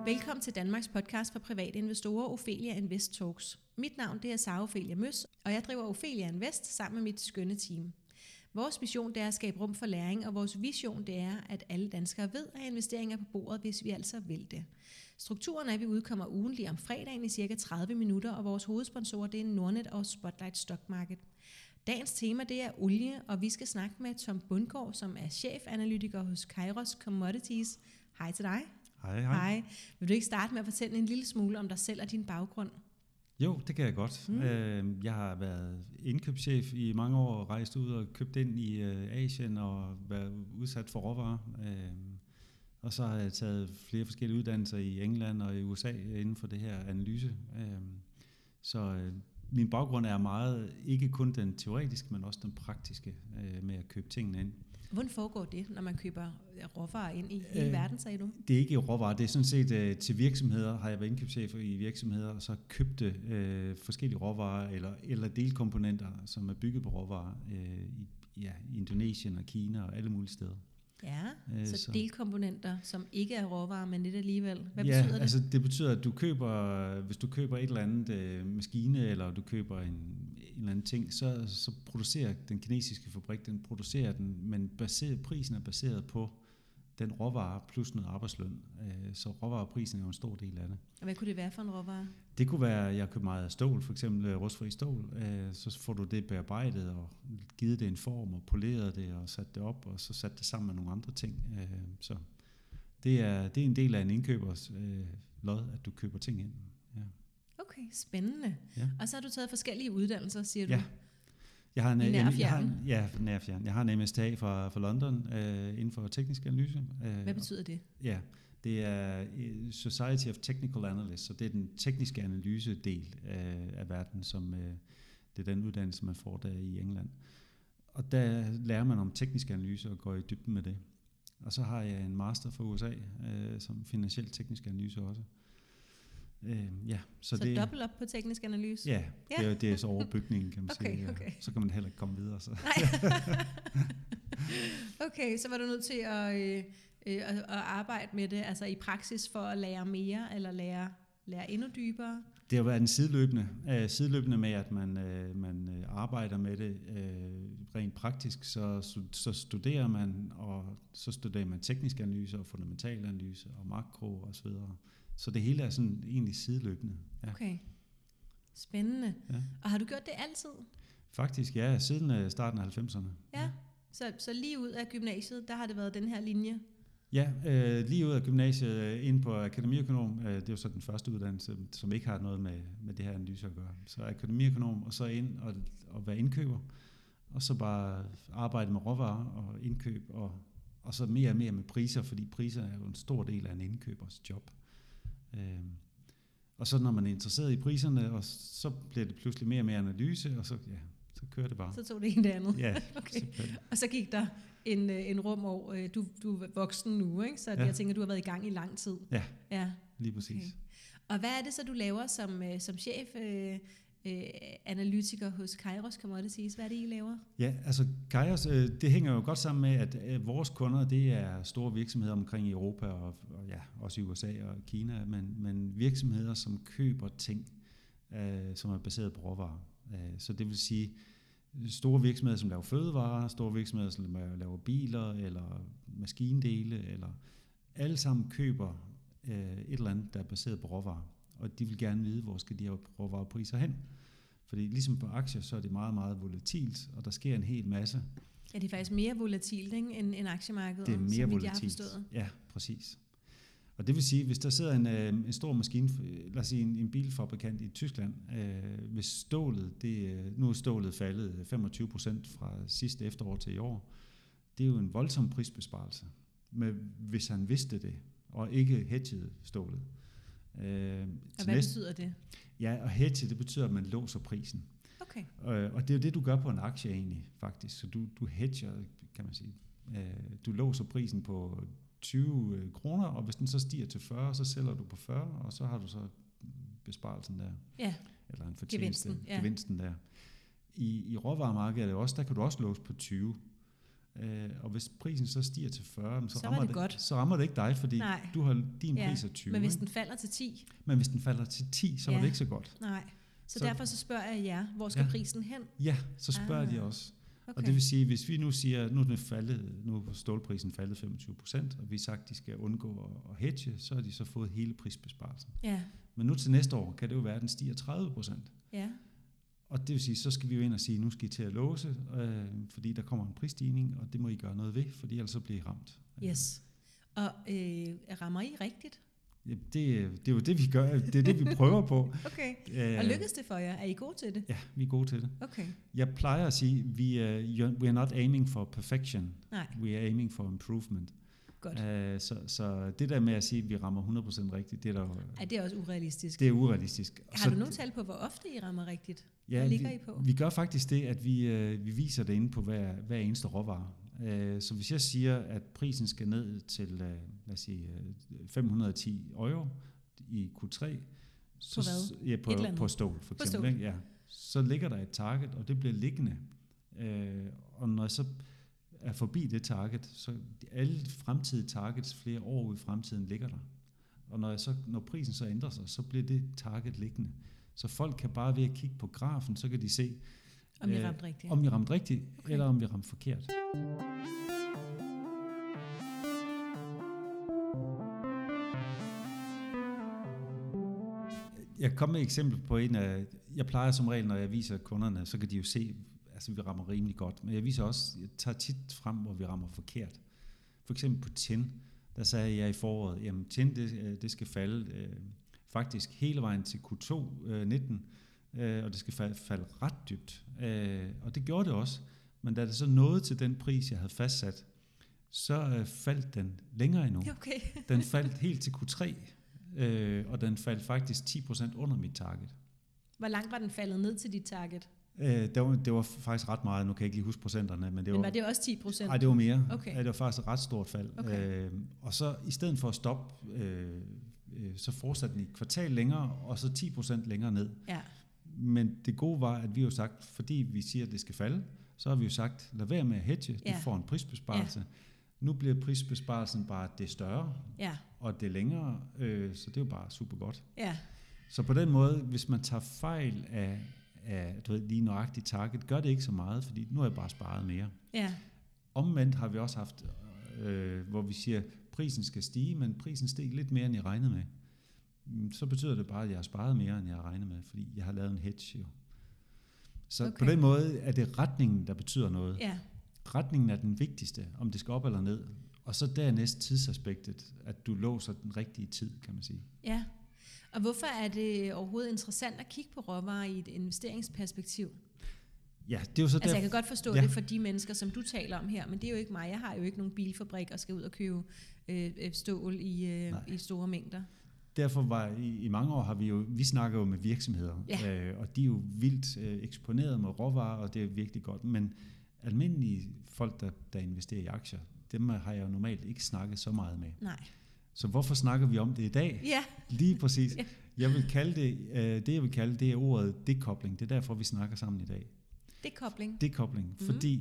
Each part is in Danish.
Velkommen til Danmarks podcast for private investorer, Ophelia Invest Talks. Mit navn det er Sara Ophelia Møs, og jeg driver Ophelia Invest sammen med mit skønne team. Vores mission det er at skabe rum for læring, og vores vision det er, at alle danskere ved, at investeringer er på bordet, hvis vi altså vil det. Strukturen er, at vi udkommer ugentlig om fredagen i cirka 30 minutter, og vores hovedsponsorer det er Nordnet og Spotlight Stock Market. Dagens tema det er olie, og vi skal snakke med Tom Bundgaard, som er chefanalytiker hos Kairos Commodities. Hej til dig. Hej. Vil du ikke starte med at fortælle en lille smule om dig selv og din baggrund? Jo, det kan jeg godt. Jeg har været indkøbschef i mange år, rejst ud og købt ind i Asien og været udsat for råvarer. Og så har jeg taget flere forskellige uddannelser i England og i USA inden for det her analyse. Så min baggrund er meget, ikke kun den teoretiske, men også den praktiske med at købe tingene ind. Hvordan foregår det, når man køber råvarer ind i hele verden, sagde du? Det er ikke råvarer, det er sådan set til virksomheder, har jeg været indkøbschef i virksomheder, og så købte forskellige råvarer eller delkomponenter, som er bygget på råvarer i Indonesien og Kina og alle mulige steder. Ja, så delkomponenter, som ikke er råvarer, men lidt alligevel. Hvad betyder det? Altså det betyder, at hvis du køber et eller andet maskine, eller du køber en eller anden ting, så producerer den kinesiske fabrik, den producerer den, men prisen er baseret på den råvare plus noget arbejdsløn. Så råvareprisen er jo en stor del af det. Og hvad kunne det være for en råvare? Det kunne være, jeg køber meget stål, for eksempel rustfri stål. Så får du det bearbejdet og givet det en form og poleret det og sat det op og så sat det sammen med nogle andre ting. Så det er en del af en indkøbers lod, at du køber ting ind. Ja. Okay, spændende. Ja. Og så har du taget forskellige uddannelser, siger du? Ja. Jeg har nærfjern. Jeg har en MSTA fra London inden for teknisk analyse. Hvad betyder det? Ja, det er Society of Technical Analysts, så det er den tekniske analyse-del af verden, som det er den uddannelse, man får der i England. Og der lærer man om teknisk analyse og går i dybden med det. Og så har jeg en master fra USA, som finansiel teknisk analyse også. Så det dobbelt op på teknisk analyse? Ja, det er så overbygningen, kan man sige. Okay. Så kan man heller ikke komme videre. Så. Okay, så var du nødt til at arbejde med det, altså i praksis for at lære mere, eller lære endnu dybere? Det har været en sideløbende med, at man arbejder med det rent praktisk, så studerer man, og så studerer man teknisk analyse og fundamental analyse og makro og så videre. Så det hele er sådan egentlig sideløbende. Ja. Okay, spændende. Ja. Og har du gjort det altid? Faktisk ja, siden starten af 90'erne. Ja, så lige ud af gymnasiet, der har det været den her linje? Ja, lige ud af gymnasiet ind på akademiøkonom, det er jo så den første uddannelse, som ikke har noget med det her analyse at gøre. Så akademiøkonom, og så ind og være indkøber, og så bare arbejde med råvarer og indkøb, og så mere og mere med priser, fordi priser er jo en stor del af en indkøbers job. Og så når man er interesseret i priserne, og så bliver det pludselig mere og mere analyse, og så kører det bare. Så tog det ene det andet. Ja, okay. Og så gik der en rum år. Du er voksen nu, ikke? Så jeg tænker, du har været i gang i lang tid. Ja. Lige præcis. Okay. Og hvad er det så, du laver som chef analytiker hos Kairos Commodities? Hvad er det, I laver? Ja, altså Kairos, det hænger jo godt sammen med, at vores kunder, det er store virksomheder omkring i Europa og også i USA og Kina, men virksomheder, som køber ting, som er baseret på råvarer. Så det vil sige store virksomheder, som laver fødevarer, store virksomheder, som laver biler eller maskindele, eller alle sammen køber et eller andet, der er baseret på råvarer. Og de vil gerne vide, hvor skal de her råvarepriser hen. Fordi ligesom på aktier, så er det meget, meget volatilt, og der sker en hel masse. Ja, det er faktisk mere volatilt, ikke, end aktiemarkedet, det er mere som volatilt. Jeg har forstået. Ja, præcis. Og det vil sige, hvis der sidder en stor maskine, lad os sige en bilfabrikant i Tyskland, hvis stålet, nu er stålet faldet 25% fra sidste efterår til i år, det er jo en voldsom prisbesparelse, hvis han vidste det, og ikke hedgede stålet. Og hvad betyder det? Ja, og hedge, det betyder, at man låser prisen. Okay. Og det er jo det, du gør på en aktie egentlig, faktisk. Så du hedger, kan man sige. Du låser prisen på 20 kroner, og hvis den så stiger til 40, så sælger du på 40, og så har du så besparelsen der. Ja. Eller en fortjeneste, gevinsten der. I råvaremarkedet også, der kan du også låse på 20. Og hvis prisen så stiger til 40, så rammer det ikke dig, fordi du har din pris er 20. Men hvis den falder til 10? Men hvis den falder til 10, så var det ikke så godt. Nej. Så derfor så spørger jeg jer, hvor skal prisen hen? Ja, så spørger de også. Okay. Og det vil sige, hvis vi nu siger, nu er stålprisen faldet 25%, og vi har sagt, at de skal undgå at hedge, så har de så fået hele prisbesparelsen. Ja. Men nu til næste år kan det jo være, at den stiger 30%. Ja. Og det vil sige, så skal vi jo ind og sige, nu skal I til at låse, fordi der kommer en prisstigning, og det må I gøre noget ved, fordi ellers så bliver I ramt. Yes. Og rammer I rigtigt? Ja, det er jo det, vi gør. Det er det, vi prøver på. Okay. Og lykkes det for jer? Er I gode til det? Ja, vi er gode til det. Okay. Jeg plejer at sige, we are not aiming for perfection. Nej. We are aiming for improvement. Godt. Så det der med at sige, at vi rammer 100% rigtigt, det er der. Det er også urealistisk. Det er urealistisk. Har du nogen tal på, hvor ofte I rammer rigtigt? Ja, hvad ligger I på? Vi gør faktisk det, at vi viser det inde på hver eneste råvare. Så hvis jeg siger, at prisen skal ned til, lad os sige, 510 euro i Q3. På hvad? Ja, på stål for eksempel. Ja. Så ligger der et target, og det bliver liggende. Og når jeg så er forbi det target, så alle fremtidige targets flere år ud i fremtiden ligger der. Og når prisen så ændrer sig, så bliver det target liggende. Så folk kan bare ved at kigge på grafen, så kan de se, om vi ramte rigtigt. Om vi ramte rigtigt, okay, eller om vi ramte forkert. Jeg kommer med et eksempel på en af, jeg plejer som regel, når jeg viser kunderne, så kan de jo se, altså vi rammer rimelig godt, men jeg tager tit frem, hvor vi rammer forkert. For eksempel på tin, der sagde jeg i foråret, jamen tin det skal falde faktisk hele vejen til Q2 19, og det skal falde ret dybt. Og det gjorde det også, men da det så nåede til den pris, jeg havde fastsat, så faldt den længere endnu. Okay. Den faldt helt til Q3, og den faldt faktisk 10% under mit target. Hvor langt var den faldet ned til dit target? Det var faktisk ret meget. Nu kan jeg ikke lige huske procenterne. Men var det også 10%? Nej, det var mere. Okay. Det var faktisk et ret stort fald. Okay. Og så i stedet for at stoppe, så fortsatte den i et kvartal længere, og så 10% længere ned. Ja. Men det gode var, at vi jo sagt, fordi vi siger, at det skal falde, så har vi jo sagt, lad være med at hedge, du får en prisbesparelse. Ja. Nu bliver prisbesparelsen bare det større, og det længere, så det er jo bare super godt. Ja. Så på den måde, hvis man tager fejl af du ved, lige nøjagtigt target, gør det ikke så meget, fordi nu har jeg bare sparet mere. Ja. Omvendt har vi også haft, hvor vi siger, prisen skal stige, men prisen steg lidt mere, end jeg regnede med. Så betyder det bare, at jeg har sparet mere, end jeg har regnet med, fordi jeg har lavet en hedge jo. Så på den måde er det retningen, der betyder noget. Ja. Retningen er den vigtigste, om det skal op eller ned. Og så dernæst tidsaspektet, at du låser den rigtige tid, kan man sige. Ja. Og hvorfor er det overhovedet interessant at kigge på råvarer i et investeringsperspektiv? Ja, det er jo så jeg kan godt forstå det for de mennesker, som du taler om her, men det er jo ikke mig. Jeg har jo ikke nogen bilfabrik og skal ud og købe stål i store mængder. Derfor var i mange år vi snakker jo med virksomheder, og de er jo vildt eksponeret med råvarer, og det er virkelig godt. Men almindelige folk, der investerer i aktier, dem har jeg jo normalt ikke snakket så meget med. Nej. Så hvorfor snakker vi om det i dag? Ja. Lige præcis. Ja. Jeg vil kalde det er ordet dekobling. Det er derfor, vi snakker sammen i dag. Dekobling. Fordi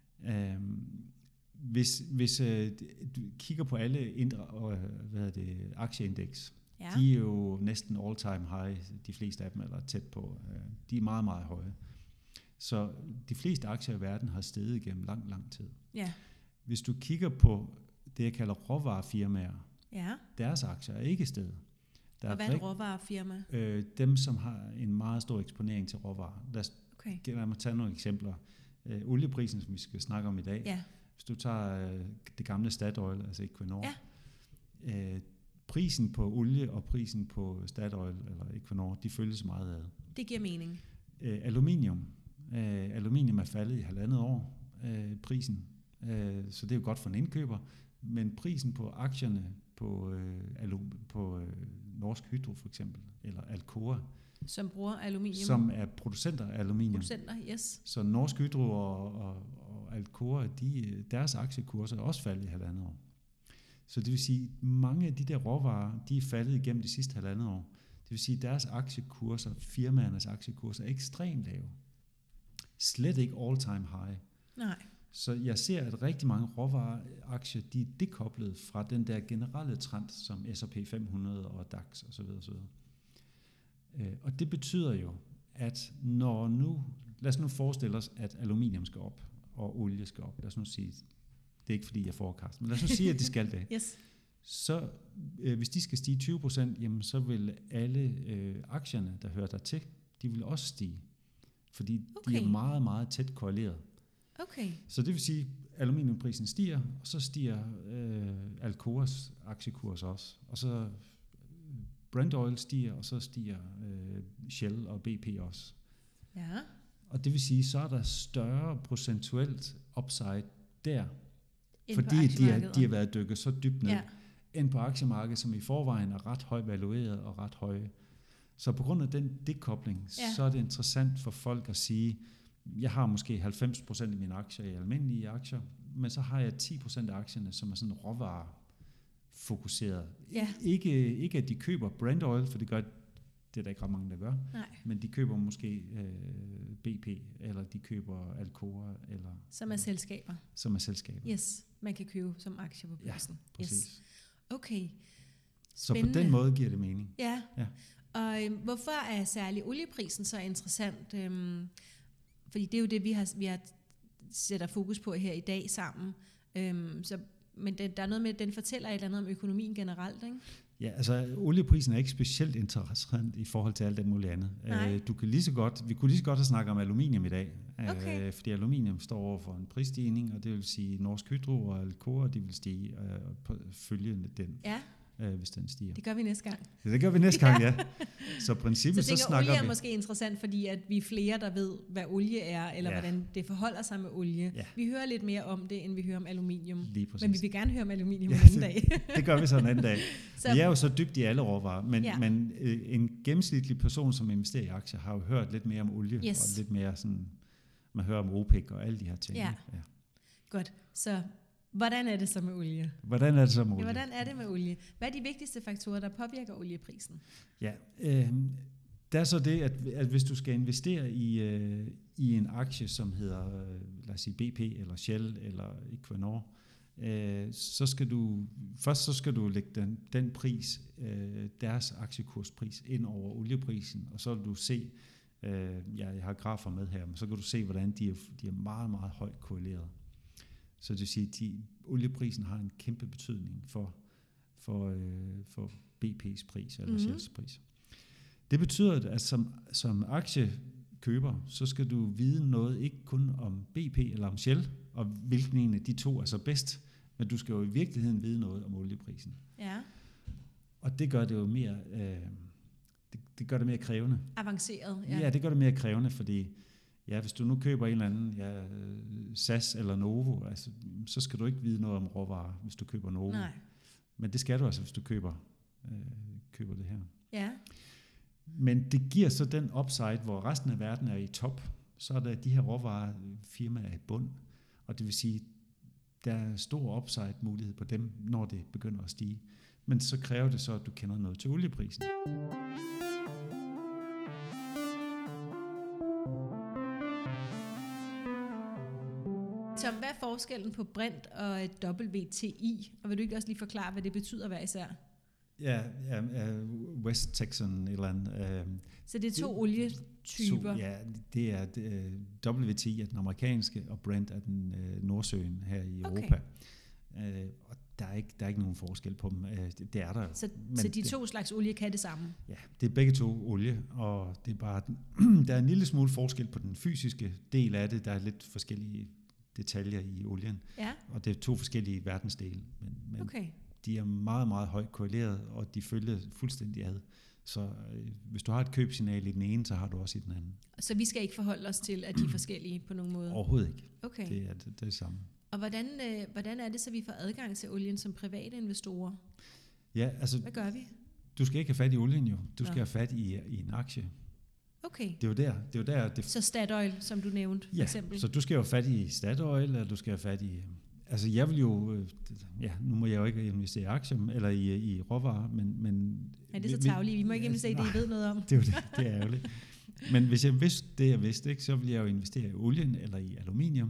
hvis du kigger på alle aktieindeks, de er jo næsten all time high, de fleste af dem, eller tæt på. De er meget, meget høje. Så de fleste aktier i verden har steget igennem lang, lang tid. Ja. Hvis du kigger på det, jeg kalder råvarefirmaer, deres aktier er ikke steget. Og hvad er et råvarefirma? Dem, som har en meget stor eksponering til råvarer. Lad mig tage nogle eksempler. Olieprisen, som vi skal snakke om i dag. Ja. Hvis du tager det gamle Statoil, altså Equinor. Ja. Prisen på olie og prisen på Statoil eller Equinor, de følges meget ad. Det giver mening. Aluminium. Aluminium er faldet i 1,5 år, prisen. Så det er jo godt for en indkøber. Men prisen på aktierne på Norsk Hydro for eksempel, eller Alcoa, som bruger aluminium, som er producenter af aluminium. Yes. Så Norsk Hydro og Alcoa, deres aktiekurser er også faldet i 1,5 år. Så det vil sige, mange af de der råvarer, de er faldet igennem de sidste 1,5 år. Det vil sige, deres aktiekurser, firmaernes aktiekurser, er ekstremt lave. Slet ikke all time high. Nej. Så jeg ser, at rigtig mange råvareaktier, de er dekoblet fra den der generelle trend, som S&P 500 og DAX osv. Og det betyder jo, at lad os nu forestille os, at aluminium skal op, og olie skal op. Lad os nu sige, det er ikke fordi, jeg forecaster, men lad os nu sige, at de skal det. Yes. Så hvis de skal stige 20%, jamen så vil alle aktierne, der hører der til, de vil også stige. Fordi de er meget, meget tæt korreleret. Okay. Så det vil sige, at aluminiumprisen stiger, og så stiger Alcoas aktiekurs også. Og så Brent Oil stiger, og så stiger Shell og BP også. Ja. Og det vil sige, så er der større procentuelt upside der, fordi de har været dykket så dybt ned, end på aktiemarkedet, som i forvejen er ret højt valueret og ret høje. Så på grund af den dekobling, så er det interessant for folk at sige, jeg har måske 90% af mine aktier i almindelige aktier, men så har jeg 10% af aktierne, som er sådan råvarefokuseret. Ja. Ikke at de køber Brent Oil, for det er der ikke ret mange, der gør. Nej. Men de køber måske BP, eller de køber Alcoa. Som er selskaber. Yes, man kan købe som aktier på børsen. Ja, præcis. Yes. Okay. Spændende. Så på den måde giver det mening. Ja. Og hvorfor er særlig olieprisen så interessant? Fordi det er jo det, vi har sætter fokus på her i dag sammen. Men der er noget med, at den fortæller et eller andet om økonomien generelt, ikke? Ja, altså olieprisen er ikke specielt interessant i forhold til alt det mulige andet. Vi kunne lige så godt have snakket om aluminium i dag, fordi aluminium står over for en prisstigning, og det vil sige Norsk Hydro og Alcoa, de vil stige følgende den. Ja. Hvis den stiger. Det gør vi næste gang. Det gør vi næste gang, ja. Så princippet så snakker olie er måske interessant, fordi at vi er flere, der ved, hvad olie er, eller hvordan det forholder sig med olie. Ja. Vi hører lidt mere om det, end vi hører om aluminium. Men vi vil gerne høre om aluminium en anden dag. Det gør vi så en anden dag. Vi er jo så dybt i alle råvarer, men en gennemsnitlig person, som investerer i aktier, har jo hørt lidt mere om olie, og lidt mere sådan, man hører om OPEC og alle de her ting. Ja. Godt, så hvordan er det så med olie? Hvordan er det med olie? Hvad er de vigtigste faktorer, der påvirker olieprisen? Ja, der er så det, at hvis du skal investere i en aktie, som hedder, lad os sige BP, eller Shell, eller Equinor, så skal du lægge den pris, deres aktiekurspris, ind over olieprisen, og så vil du se, jeg har grafer med her, men så kan du se, hvordan de er meget, meget højt korreleret. Så det vil sige, at olieprisen har en kæmpe betydning for BP's pris eller Shells pris. Det betyder, at som aktiekøber, så skal du vide noget ikke kun om BP eller om Shell, og hvilken en af de to er så bedst, men du skal jo i virkeligheden vide noget om olieprisen. Ja. Og det gør det jo mere, det gør det mere krævende. Avanceret, ja. Ja, det gør det mere krævende, fordi hvis du nu køber en eller anden SAS eller Novo, altså, så skal du ikke vide noget om råvarer, hvis du køber Novo. Nej. Men det skal du altså, hvis du køber det her. Ja. Men det giver så den upside, hvor resten af verden er i top, så er der de her råvarefirmaer i bund, og det vil sige, der er stor upside mulighed på dem, når det begynder at stige. Men så kræver det så, at du kender noget til olieprisen. Tom, hvad er forskellen på Brent og WTI? Og vil du ikke også lige forklare, hvad det betyder hver især? Ja, West Texan eller andet. Så det er to olietyper? Det er WTI er den amerikanske, og Brent er den Nordsøen her i Europa. Og der er ikke nogen forskel på dem. Det er der. Så de to slags olie kan det samme? Ja, det er begge to olie, og det er bare der er en lille smule forskel på den fysiske del af det. Der er lidt forskellige detaljer i olien, og det er to forskellige verdensdele, men de er meget, meget højt korreleret, og de følger fuldstændig ad. Så hvis du har et købsignal i den ene, så har du også i den anden. Så vi skal ikke forholde os til, at de er forskellige på nogen måde? Overhovedet ikke. Okay. Det er det samme. Og hvordan er det, så vi får adgang til olien som private investorer? Ja, altså, hvad gør vi? Du skal ikke have fat i olien jo. Du skal have fat i en aktie. Okay. Det er jo der. Så Statoil, som du nævnte, for eksempel? Så du skal jo have fat i Statoil, eller du skal have fat i... Altså jeg vil jo... nu må jeg jo ikke investere i aktier, eller i råvarer, men... Ja, det er så tarveligt. Vi må ikke investere i det, I ved noget om. Det er ærgerligt. Men hvis jeg vidste det, jeg vidste, ikke, så ville jeg jo investere i olien, eller i aluminium.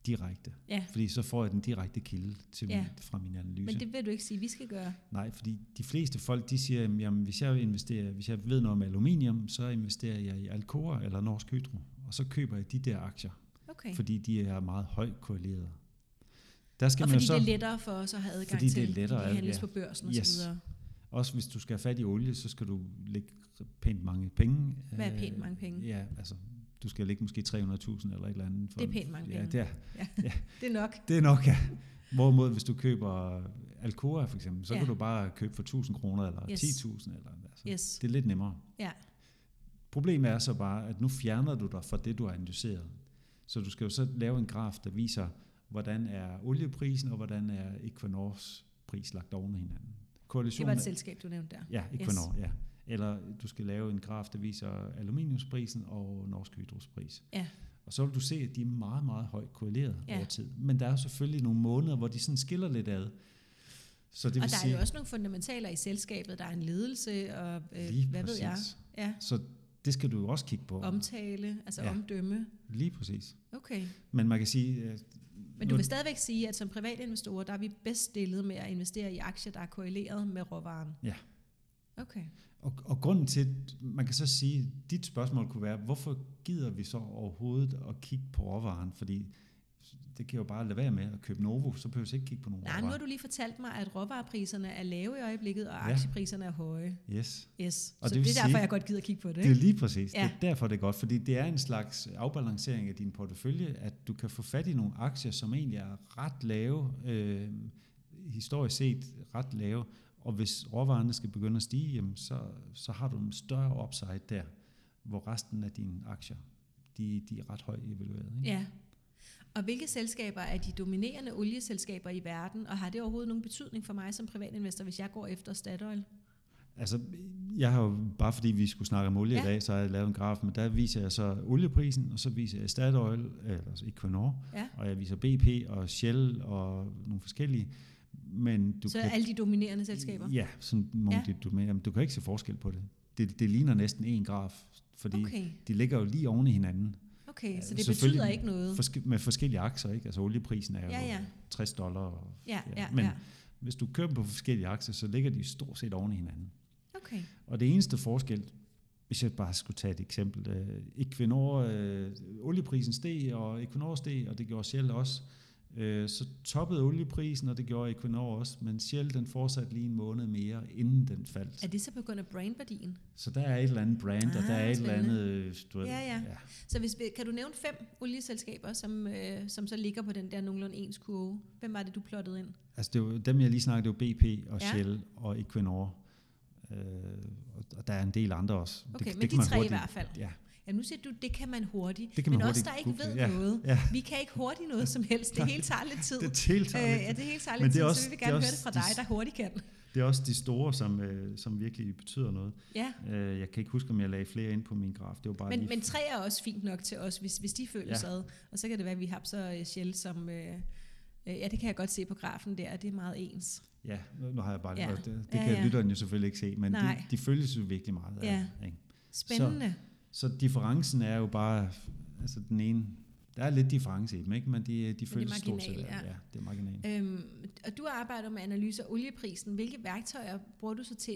direkte. Ja. Fordi så får jeg den direkte kilde fra min analyse. Men det vil du ikke sige, vi skal gøre? Nej, fordi de fleste folk, de siger, jamen hvis jeg ved noget om aluminium, så investerer jeg i Alcoa eller Norsk Hydro, og så køber jeg de der aktier, fordi de er meget højt korrelerede. Der skal og fordi det er lettere for os at have adgang til, det er lettere, de handles på børsen og så videre. Også hvis du skal have fat i olie, så skal du lægge pænt mange penge. Hvad er pænt mange penge? Ja, altså du skal lægge måske 300.000 eller et eller andet. Det er pænt mange penge. Det er nok. Det er nok, ja. Hvorimod hvis du køber Alcoa for eksempel, så kan du bare købe for 1.000 kroner eller 10.000. Eller, altså. Det er lidt nemmere. Ja. Problemet er så bare, at nu fjerner du dig fra det, du har analyseret. Så du skal jo så lave en graf, der viser, hvordan er olieprisen, og hvordan er Equinors pris lagt oven i hinanden. Det var et selskab, du nævnte der. Ja, Equinor, ja. Eller du skal lave en graf, der viser aluminiumsprisen og Norsk Hydros pris. Ja. Og så vil du se, at de er meget, meget højt korreleret over tid. Men der er jo selvfølgelig nogle måneder, hvor de sådan skiller lidt ad. Så det vil der er jo også nogle fundamentaler i selskabet. Der er en ledelse, og hvad ved jeg. Ja. Så det skal du jo også kigge på. Omtale, altså omdømme. Lige præcis. Okay. Men man kan sige... Men du vil stadigvæk sige, at som privatinvestorer, der er vi bedst stillet med at investere i aktier, der er korreleret med råvaren. Ja. Okay. Og grunden til, man kan så sige, dit spørgsmål kunne være, hvorfor gider vi så overhovedet at kigge på råvaren? Fordi det kan jo bare lade være med at købe Novo, så behøver vi ikke kigge på nogen råvarer. Nu har du lige fortalt mig, at råvarepriserne er lave i øjeblikket, og aktiepriserne er høje. Yes. Og så det er derfor, jeg godt gider kigge på det. Ikke? Det er lige præcis. Ja. Det er derfor, det er godt, fordi det er en slags afbalancering af din portefølje, at du kan få fat i nogle aktier, som egentlig er ret lave, historisk set ret lave, og hvis råvarerne skal begynde at stige, jamen så har du en større upside der, hvor resten af dine aktier, de er ret højt evalueret. Ikke? Ja. Og hvilke selskaber er de dominerende olieselskaber i verden, og har det overhovedet nogen betydning for mig som privatinvestor, hvis jeg går efter Statoil? Altså, jeg har jo, bare fordi vi skulle snakke om olie i dag, så har jeg lavet en graf, men der viser jeg så olieprisen, og så viser jeg Statoil, altså Equinor, og jeg viser BP og Shell og nogle forskellige. Men så alle de dominerende selskaber? Ja, sådan nogle af de dominerende. Du kan ikke se forskel på det. Det ligner næsten en graf, fordi de ligger jo lige oven i hinanden. Okay, så det betyder ikke noget? Med forskellige aktier, ikke? Altså olieprisen er jo $60. Men hvis du køber på forskellige aktier, så ligger de stort set oven i hinanden. Okay. Og det eneste forskel, hvis jeg bare skulle tage et eksempel, Equinor, olieprisen steg, og Equinor steg, og det gjorde Shell også. Så toppede olieprisen, og det gjorde Equinor også, men Shell den fortsatte lige en måned mere, inden den faldt. Er det så på grund af brandværdien? Så der er et eller andet brand, og der er et eller andet... Ja. Så kan du nævne 5 olieselskaber, som så ligger på den der nogenlunde ens kurve? Hvem var det, du plottede ind? Altså det var, dem jeg lige snakkede, det var BP og Shell og Equinor. Og der er en del andre også. Okay, men de 3 i hvert fald. Ja. Ja, nu siger du, det kan man hurtigt. Men os, der ikke ved noget, vi kan ikke hurtigt noget som helst. Det hele tager lidt tid. Det hele tager lidt tid, så vi vil gerne høre det fra dig, der hurtigt kan. Det er også de store, som virkelig betyder noget. Ja. Jeg kan ikke huske, om jeg lagde flere ind på min graf. Det var bare men 3 er også fint nok til os, hvis de føles ad. Og så kan det være, at vi har så Shell som... det kan jeg godt se på grafen der, det er meget ens. Ja, nu har jeg bare det kan lytteren jo selvfølgelig ikke se, men de føles jo virkelig meget af. Ikke? Spændende. Så differencen er jo bare, altså den ene, der er lidt difference i dem, ikke? Men de føles stort set. Ja, det er marginalt. Og du arbejder med analyse af olieprisen. Hvilke værktøjer bruger du så til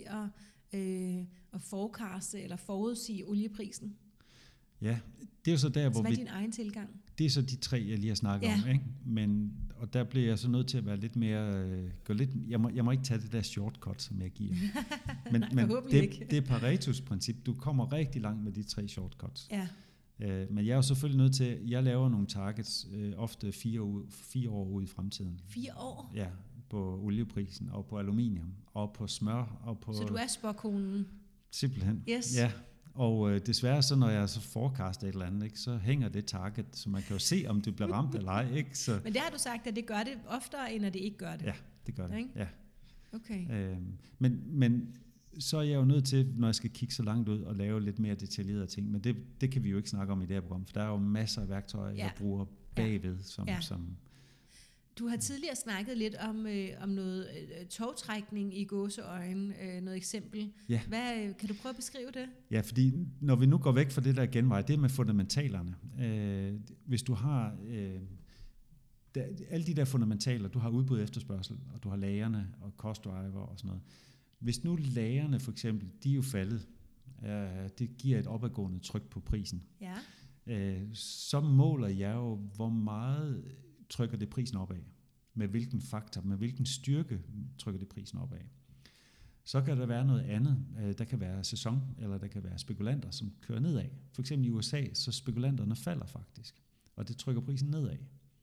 at forecaste eller forudsige olieprisen? Ja, det er jo så der, hvor hvad er din egen tilgang? Det er så de 3, jeg lige har snakket om, ikke? Og der bliver jeg så nødt til at være lidt mere... Jeg må ikke tage det der shortcut, som jeg giver. Men det er Paretos princip. Du kommer rigtig langt med de 3 shortcuts. Ja. Men jeg er jo selvfølgelig nødt til... Jeg laver nogle targets ofte 4 år ude i fremtiden. 4 år? Ja, på olieprisen og på aluminium og på smør og på... Så du er spåkonen? Simpelthen. Yes. Ja. Og desværre så, når jeg så forecaster et eller andet, ikke, så hænger det target, så man kan jo se, om det bliver ramt eller ej. Ikke? Så. Men det har du sagt, at det gør det oftere, end at det ikke gør det. Ja, det gør det. Ja. Okay. Men så er jeg jo nødt til, når jeg skal kigge så langt ud og lave lidt mere detaljerede ting. Men det kan vi jo ikke snakke om i det her program, for der er jo masser af værktøjer, jeg bruger bagved. Som Du har tidligere snakket lidt om noget togtrækning i gåseøjne, noget eksempel. Ja. Kan du prøve at beskrive det? Ja, fordi når vi nu går væk fra det der genvej, det med fundamentalerne. Hvis du har alle de der fundamentaler, du har udbud og efterspørgsel, og du har lagerne og cost driver og sådan noget. Hvis nu lagerne for eksempel, de er jo faldet, det giver et opadgående tryk på prisen. Ja. Så måler jeg jo, hvor meget trykker det prisen opad. Med hvilken faktor, med hvilken styrke trykker det prisen opad. Så kan der være noget andet. Der kan være sæson, eller der kan være spekulanter, som kører nedad. For eksempel i USA, så spekulanterne falder faktisk, og det trykker prisen nedad.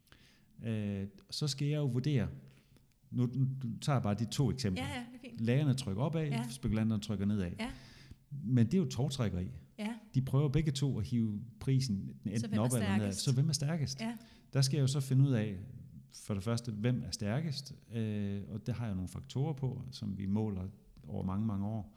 Så skal jeg jo vurdere, nu tager jeg bare de 2 eksempler. Ja, det er fint. Lagerne trykker opad, spekulanterne trykker nedad. Ja. Men det er jo tovtrækkeri. Ja. De prøver begge to at hive prisen enten opad eller nedad. Så hvem er stærkest? Ja. Der skal jeg jo så finde ud af, for det første, hvem er stærkest, og det har jeg nogle faktorer på, som vi måler over mange, mange år.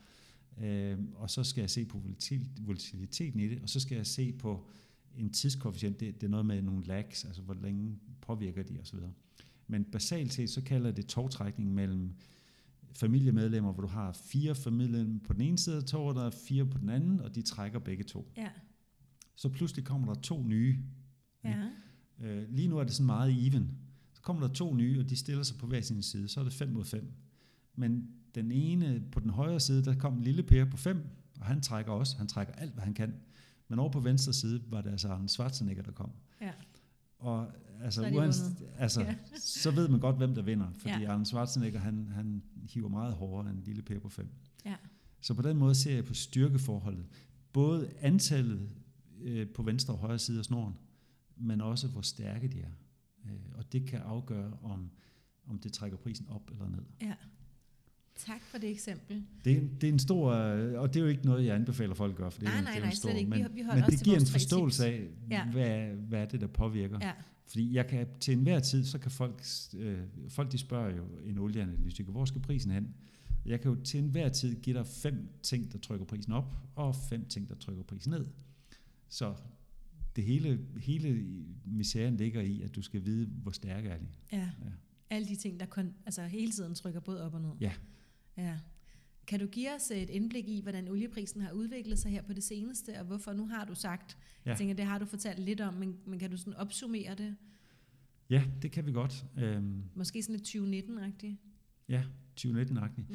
Og så skal jeg se på volatiliteten i det, og så skal jeg se på en tidskoefficient, det er noget med nogle lags, altså hvor længe påvirker de osv. Men basalt set, så kalder det tovtrækning mellem familiemedlemmer, hvor du har 4 familiemedlemmer på den ene side af toget, og der er 4 på den anden, og de trækker begge 2. Ja. Så pludselig kommer der 2 nye. Ja. Lige nu er det sådan meget even. Så kommer der 2 nye, og de stiller sig på hver sin side, så er det 5 mod 5. Men den ene på den højre side, der kom en lille Per på 5, og han trækker også, han trækker alt, hvad han kan. Men over på venstre side var det altså Arnold Schwarzenegger, der kom. Ja. Og altså, ja. så ved man godt, hvem der vinder, fordi Arnold Schwarzenegger, han hiver meget hårdere end en lille Per på 5. Ja. Så på den måde ser jeg på styrkeforholdet. Både antallet på venstre og højre side af snoren, men også hvor stærke de er. Og det kan afgøre, om det trækker prisen op eller ned. Ja. Tak for det eksempel. Det er en stor, og det er jo ikke noget, jeg anbefaler folk at gøre, for det er en stor, slet ikke. Men det giver en forståelse af, hvad er det, der påvirker. Ja. Fordi jeg kan til enhver tid, så kan folk de spørger jo en olieanalytiker, hvor skal prisen hen? Jeg kan jo til enhver tid give dig 5 ting, der trykker prisen op, og 5 ting, der trykker prisen ned. Så det hele misæren ligger i, at du skal vide, hvor stærke er de. Ja. Alle de ting, der hele tiden trykker både op og ned. Ja. Ja. Kan du give os et indblik i, hvordan olieprisen har udviklet sig her på det seneste, og hvorfor? Nu har du sagt, jeg tænker, det har du fortalt lidt om, men kan du sådan opsummere det? Ja, det kan vi godt. Måske sådan lidt 2019-agtigt? Ja, 2019-agtigt.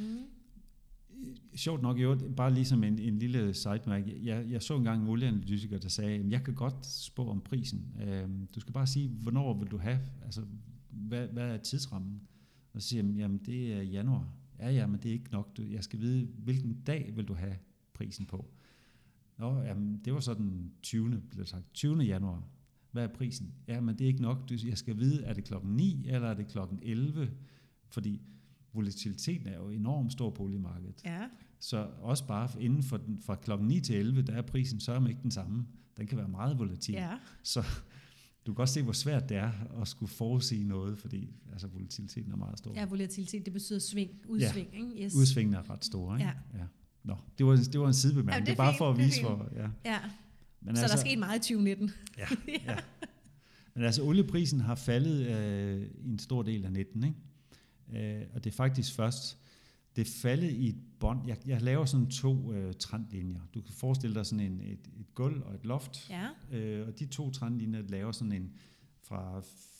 Sjovt nok, bare ligesom en lille sidemark. Jeg så engang en olieanalytiker, der sagde, at jeg kan godt spå om prisen. Du skal bare sige, hvornår vil du have, altså hvad er tidsrammen? Og så siger jeg, jamen det er januar. Ja, men det er ikke nok. Jeg skal vide, hvilken dag vil du have prisen på? Nå, jamen det var så den 20. januar. Hvad er prisen? Ja, men det er ikke nok. Jeg skal vide, er det klokken 9, eller er det klokken 11? Fordi volatiliteten er jo enormt stor på oliemarkedet. Ja. Så også bare inden for fra klokken 9 til 11, der er prisen sørme ikke den samme. Den kan være meget volatil. Ja. Så du kan godt se, hvor svært det er at skulle forudsige noget, fordi altså, volatiliteten er meget stor. Ja, volatilitet, det betyder udsving. Ja, ikke? Yes. Udsvingene er ret store. Ikke? Ja. Nå, det var en sidebemærkning. Det er bare for at vise, hvor... Ja. Men så altså, der er sket meget i 2019. Ja. Men altså, olieprisen har faldet i en stor del af 19, ikke? Og det er faktisk først... Det er faldet i et bånd. Jeg laver sådan 2 trendlinjer. Du kan forestille dig sådan et gulv og et loft. Ja. Og de 2 trendlinjer laver sådan en fra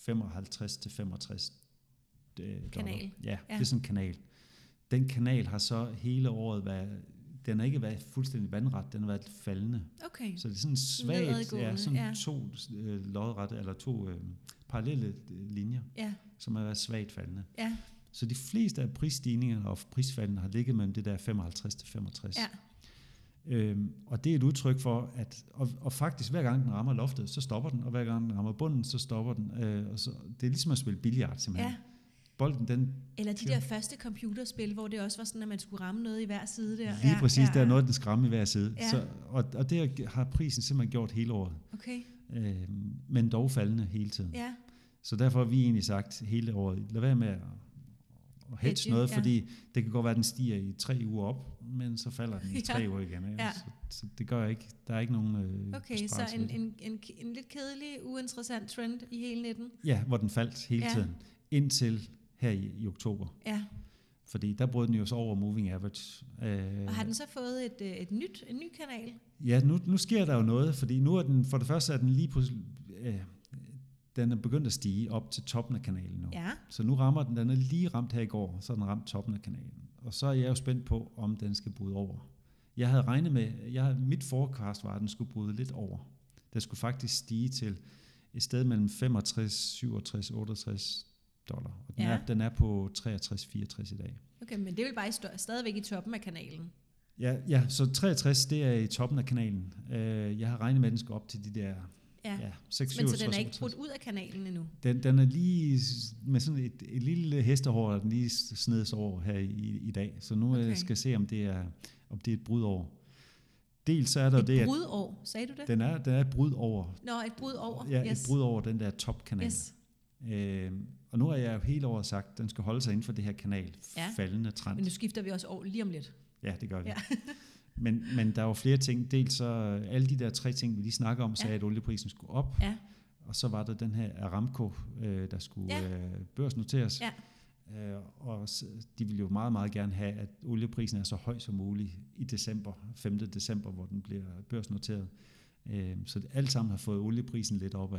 55 til 65 kanal. Ja, det er sådan en kanal. Den kanal har så hele året været... Den har ikke været fuldstændig vandret, den har været faldende. Okay. Så det er sådan svagt, sådan 2 lodrette, eller 2 parallelle linjer, som har været svagt faldende. Ja. Så de fleste af prisstigningerne og prisfaldene har ligget mellem det der 55 til 65. Ja. Og det er et udtryk for, at og faktisk hver gang den rammer loftet, så stopper den, og hver gang den rammer bunden, så stopper den. Og så, det er ligesom at spille billard simpelthen. Ja. Bolden, den... Eller de der første computerspil, hvor det også var sådan, at man skulle ramme noget i hver side der. Lige præcis, der er noget, den skal ramme i hver side. Ja. Så, og det har prisen simpelthen gjort hele året. Okay. Men dog faldende hele tiden. Ja. Så derfor har vi egentlig sagt hele året, lad være med at hedge noget, fordi det kan godt være, at den stiger i 3 uger op, men så falder den i 3 uger igen. Ikke? Ja. Så det gør ikke, der er ikke nogen okay, så en lidt kedelig, uinteressant trend i hele 19? Ja, hvor den faldt hele tiden, indtil her i oktober. Ja. Fordi der brød den jo så over moving average. Og har den så fået en ny kanal? Ja, nu sker der jo noget, fordi nu er den, for det første er den lige pludselig, den er begyndt at stige op til toppen af kanalen nu. Ja. Så nu rammer den er lige ramt her i går, så den ramt toppen af kanalen. Og så er jeg jo spændt på, om den skal bryde over. Jeg havde regnet med, mit forecast var, at den skulle bryde lidt over. Den skulle faktisk stige til et sted mellem 65, 67, 68 dollar. Og den er på 63, 64 i dag. Okay, men det er vel bare stadigvæk i toppen af kanalen? Ja, så 63, det er i toppen af kanalen. Jeg har regnet med, at den skal op til de der 6, men så den er ikke brudt ud af kanalen endnu? Den er lige med sådan et lille hestehår, der den lige snedes over her i dag. Så nu skal jeg se, om det er et brud over. Dels så er der et brud over, sagde du det? Den er et brud over. Nå, et brud over. Ja, et brud over den der topkanal. Yes. Og nu har jeg jo hele året sagt, at den skal holde sig inden for det her kanal, faldende trend. Men nu skifter vi også over lige om lidt. Ja, det gør vi. Ja. men der er jo flere ting. Dels så alle de der 3 ting, vi lige snakker om, sagde, at olieprisen skulle op. Ja. Og så var der den her Aramco, der skulle børsnoteres. Ja. Og de ville jo meget, meget gerne have, at olieprisen er så høj som muligt i december, 5. december, hvor den bliver børsnoteret. Så det alt sammen har fået olieprisen lidt opad.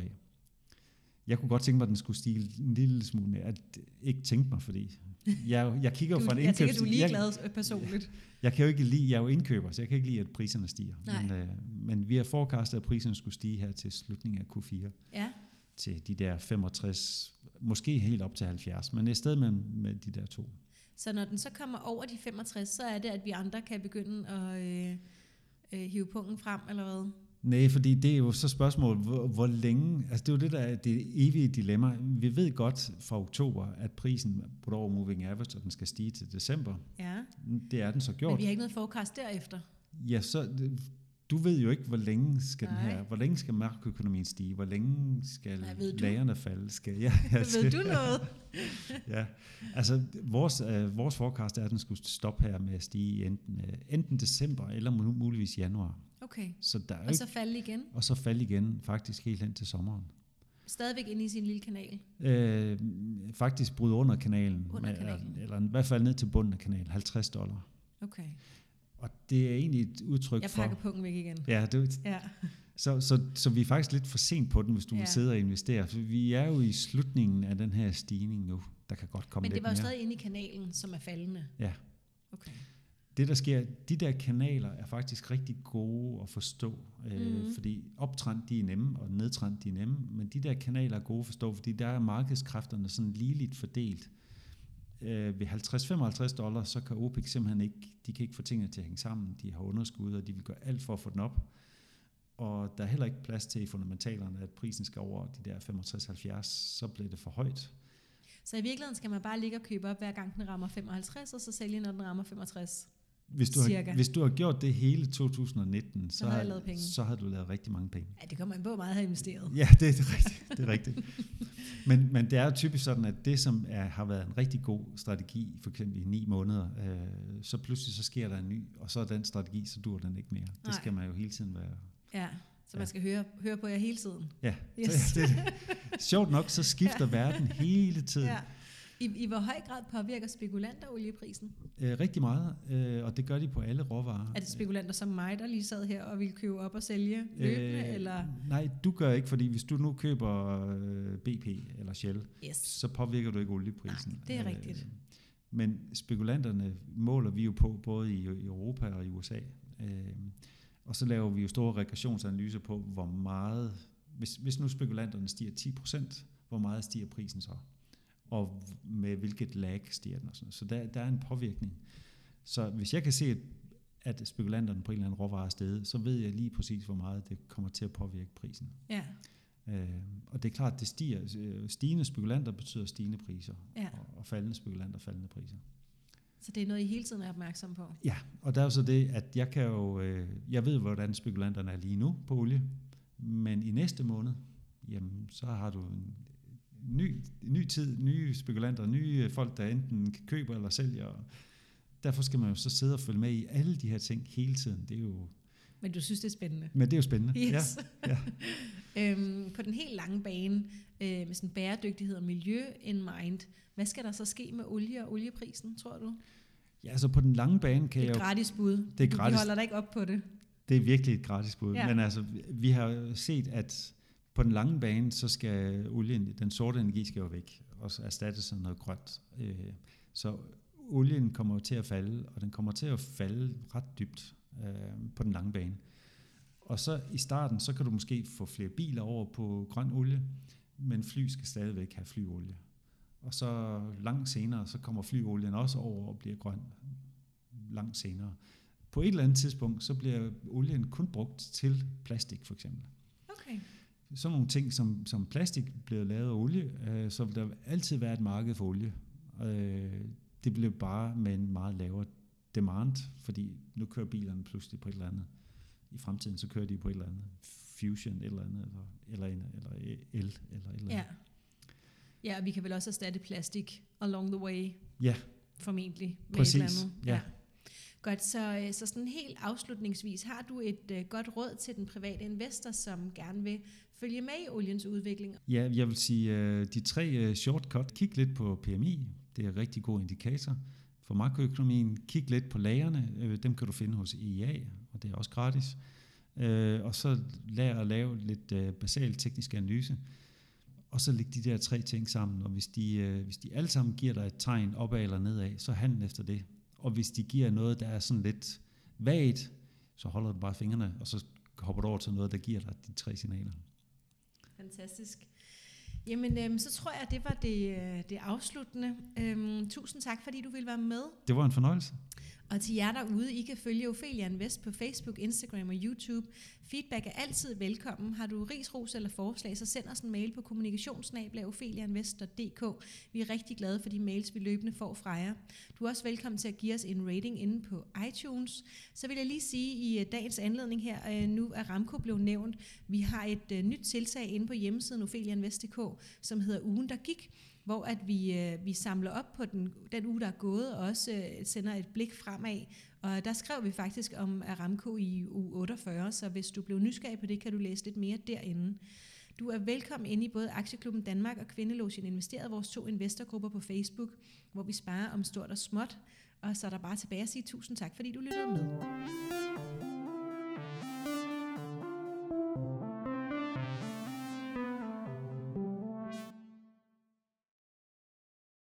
Jeg kunne godt tænke mig, at den skulle stige en lille smule mere. Jeg ikke tænke mig, fordi jeg kigger jo fra en indkøbs... Jeg tænker, du er ligeglad personligt. Jeg kan jo ikke lide, jeg er jo indkøber, så jeg kan ikke lide, at priserne stiger. Men vi har forecastet, at priserne skulle stige her til slutningen af Q4. Ja. Til de der 65, måske helt op til 70, men i stedet med de der 2. Så når den så kommer over de 65, så er det, at vi andre kan begynde at hive pungen frem, eller hvad? Nej, fordi det er jo så spørgsmål, hvor længe, altså det er jo det, der er det evige dilemma. Vi ved godt fra oktober, at prisen på over moving average, og den skal stige til december. Ja. Det er den så gjort. Men vi har ikke noget forecast derefter. Ja, så du ved jo ikke, hvor længe skal markøkonomien stige, hvor længe skal lagerne falde. Ved du noget? Ja, altså vores forecast er, at den skulle stoppe her med at stige enten december eller muligvis januar. Okay, så og så falde igen? Og så falde igen, faktisk helt hen til sommeren. Stadigvæk inde i sin lille kanal? Faktisk bryde under kanalen. Eller i hvert fald ned til bunden af kanalen, $50. Okay. Og det er egentlig et udtryk for... Jeg pakker pungen væk igen. Ja, så vi er faktisk lidt for sent på den, hvis du vil sidde og investere. For vi er jo i slutningen af den her stigning nu. Der kan godt komme lidt mere. Men det var jo stadig inde i kanalen, som er faldende? Ja. Okay. Det der sker, de der kanaler er faktisk rigtig gode at forstå, fordi optrend de er nemme, og nedtrend de er nemme, men de der kanaler er gode at forstå, fordi der er markedskræfterne sådan ligeligt fordelt. Ved $50-55, så kan OPEC simpelthen ikke få tingene til at hænge sammen. De har underskud, og de vil gøre alt for at få den op. Og der er heller ikke plads til i fundamentalerne, at prisen skal over de der 65-70, så bliver det for højt. Så i virkeligheden skal man bare ligge og købe op, hver gang den rammer 55, og så sælge, når den rammer 65? Hvis du har gjort det hele 2019, så har du lavet rigtig mange penge. Ja, det kommer man på meget at have investeret. Ja, det er rigtigt. Men det er jo typisk sådan, at det, som har været en rigtig god strategi, for eksempel i 9 måneder, så pludselig så sker der en ny, og så er den strategi, så dur den ikke mere. Nej. Det skal man jo hele tiden være. Ja, så man skal høre på jer hele tiden. Ja, yes. Sjovt nok, så skifter verden hele tiden. Ja. I hvor høj grad påvirker spekulanter olieprisen? Rigtig meget, og det gør de på alle råvarer. Er det spekulanter som mig, der lige sad her og ville købe op og sælge løbende? Eller? Nej, du gør ikke, fordi hvis du nu køber BP eller Shell, så påvirker du ikke olieprisen. Nej, det er rigtigt. Men spekulanterne måler vi jo på, både i Europa og i USA. Og så laver vi jo store regressionsanalyser på, hvor meget, hvis nu spekulanterne stiger 10%, hvor meget stiger prisen så? Og med hvilket lag stiger den og sådan. Så der er en påvirkning. Så hvis jeg kan se, at spekulanterne på en eller anden råvare er steget, så ved jeg lige præcis, hvor meget det kommer til at påvirke prisen. Ja. Og det er klart, at det stiger. Stigende spekulanter betyder stigende priser, og faldende spekulanter faldende priser. Så det er noget, I hele tiden er opmærksom på? Ja, og der er jo så det, at jeg ved, hvordan spekulanterne er lige nu på olie, men i næste måned, jamen, så har du en ny tid, nye spekulanter, nye folk, der enten køber eller sælger. Derfor skal man jo så sidde og følge med i alle de her ting hele tiden. Det er jo... Men du synes, det er spændende? Men det er jo spændende, yes. Ja. På den helt lange bane, med sådan bæredygtighed og miljø in mind, hvad skal der så ske med olie og olieprisen, tror du? Ja, altså på den lange bane kan jeg jo... Det er gratis bud. Det er gratis. Vi holder dig ikke op på det. Det er virkelig et gratis bud. Ja. Men altså, vi har jo set, at På den lange bane, så skal olien, den sorte energi skal jo væk, og så erstattes af noget grønt. Så olien kommer til at falde, og den kommer til at falde ret dybt på den lange bane. Og så i starten, så kan du måske få flere biler over på grøn olie, men fly skal stadigvæk have flyolie. Og så langt senere, så kommer flyolien også over og bliver grøn langt senere. På et eller andet tidspunkt, så bliver olien kun brugt til plastik, for eksempel. Okay. Sådan nogle ting som plastik bliver lavet af olie, så vil der altid være et marked for olie. Det bliver bare med en meget lavere demand, fordi nu kører bilerne pludselig på et eller andet. I fremtiden så kører de på et eller andet fusion, et eller andet, eller el, eller et eller andet. Ja, og vi kan vel også erstatte plastik along the way. Ja. Formentlig. Med præcis. Et eller andet. Ja. Godt, så sådan helt afslutningsvis, har du et godt råd til den private investor, som gerne vil følge med i oliens udvikling? Ja, jeg vil sige, de 3 shortcut. Kig lidt på PMI, det er en rigtig god indikator. For makroøkonomien, kig lidt på lagrene, dem kan du finde hos IEA, og det er også gratis. Og så lær at lave lidt basal teknisk analyse, og så læg de der 3 ting sammen, og hvis de alle sammen giver dig et tegn opad eller nedad, så handel efter det. Og hvis de giver noget, der er sådan lidt vagt, så holder du bare fingrene, og så hopper du over til noget, der giver dig de 3 signaler. Fantastisk. Jamen, så tror jeg, det var det afsluttende. Tusind tak, fordi du ville være med. Det var en fornøjelse. Og til jer derude, I kan følge Ophelia Invest på Facebook, Instagram og YouTube. Feedback er altid velkommen. Har du ris, ros eller forslag, så send os en mail på kommunikation@opheliainvest.dk. Vi er rigtig glade for de mails, vi løbende får fra jer. Du er også velkommen til at give os en rating inde på iTunes. Så vil jeg lige sige i dagens anledning her, nu er Aramco blevet nævnt. Vi har et nyt tiltag inde på hjemmesiden opheliainvest.dk, som hedder Ugen, der gik, hvor at vi samler op på den uge, der er gået, og også sender et blik fremad. Og der skrev vi faktisk om Aramco i uge 48, så hvis du blev nysgerrig på det, kan du læse lidt mere derinde. Du er velkommen inde i både Aktieklubben Danmark og Kvindelogen Investeret, vores 2 investorgrupper på Facebook, hvor vi sparer om stort og småt. Og så er der bare tilbage at sige tusind tak, fordi du lyttede med.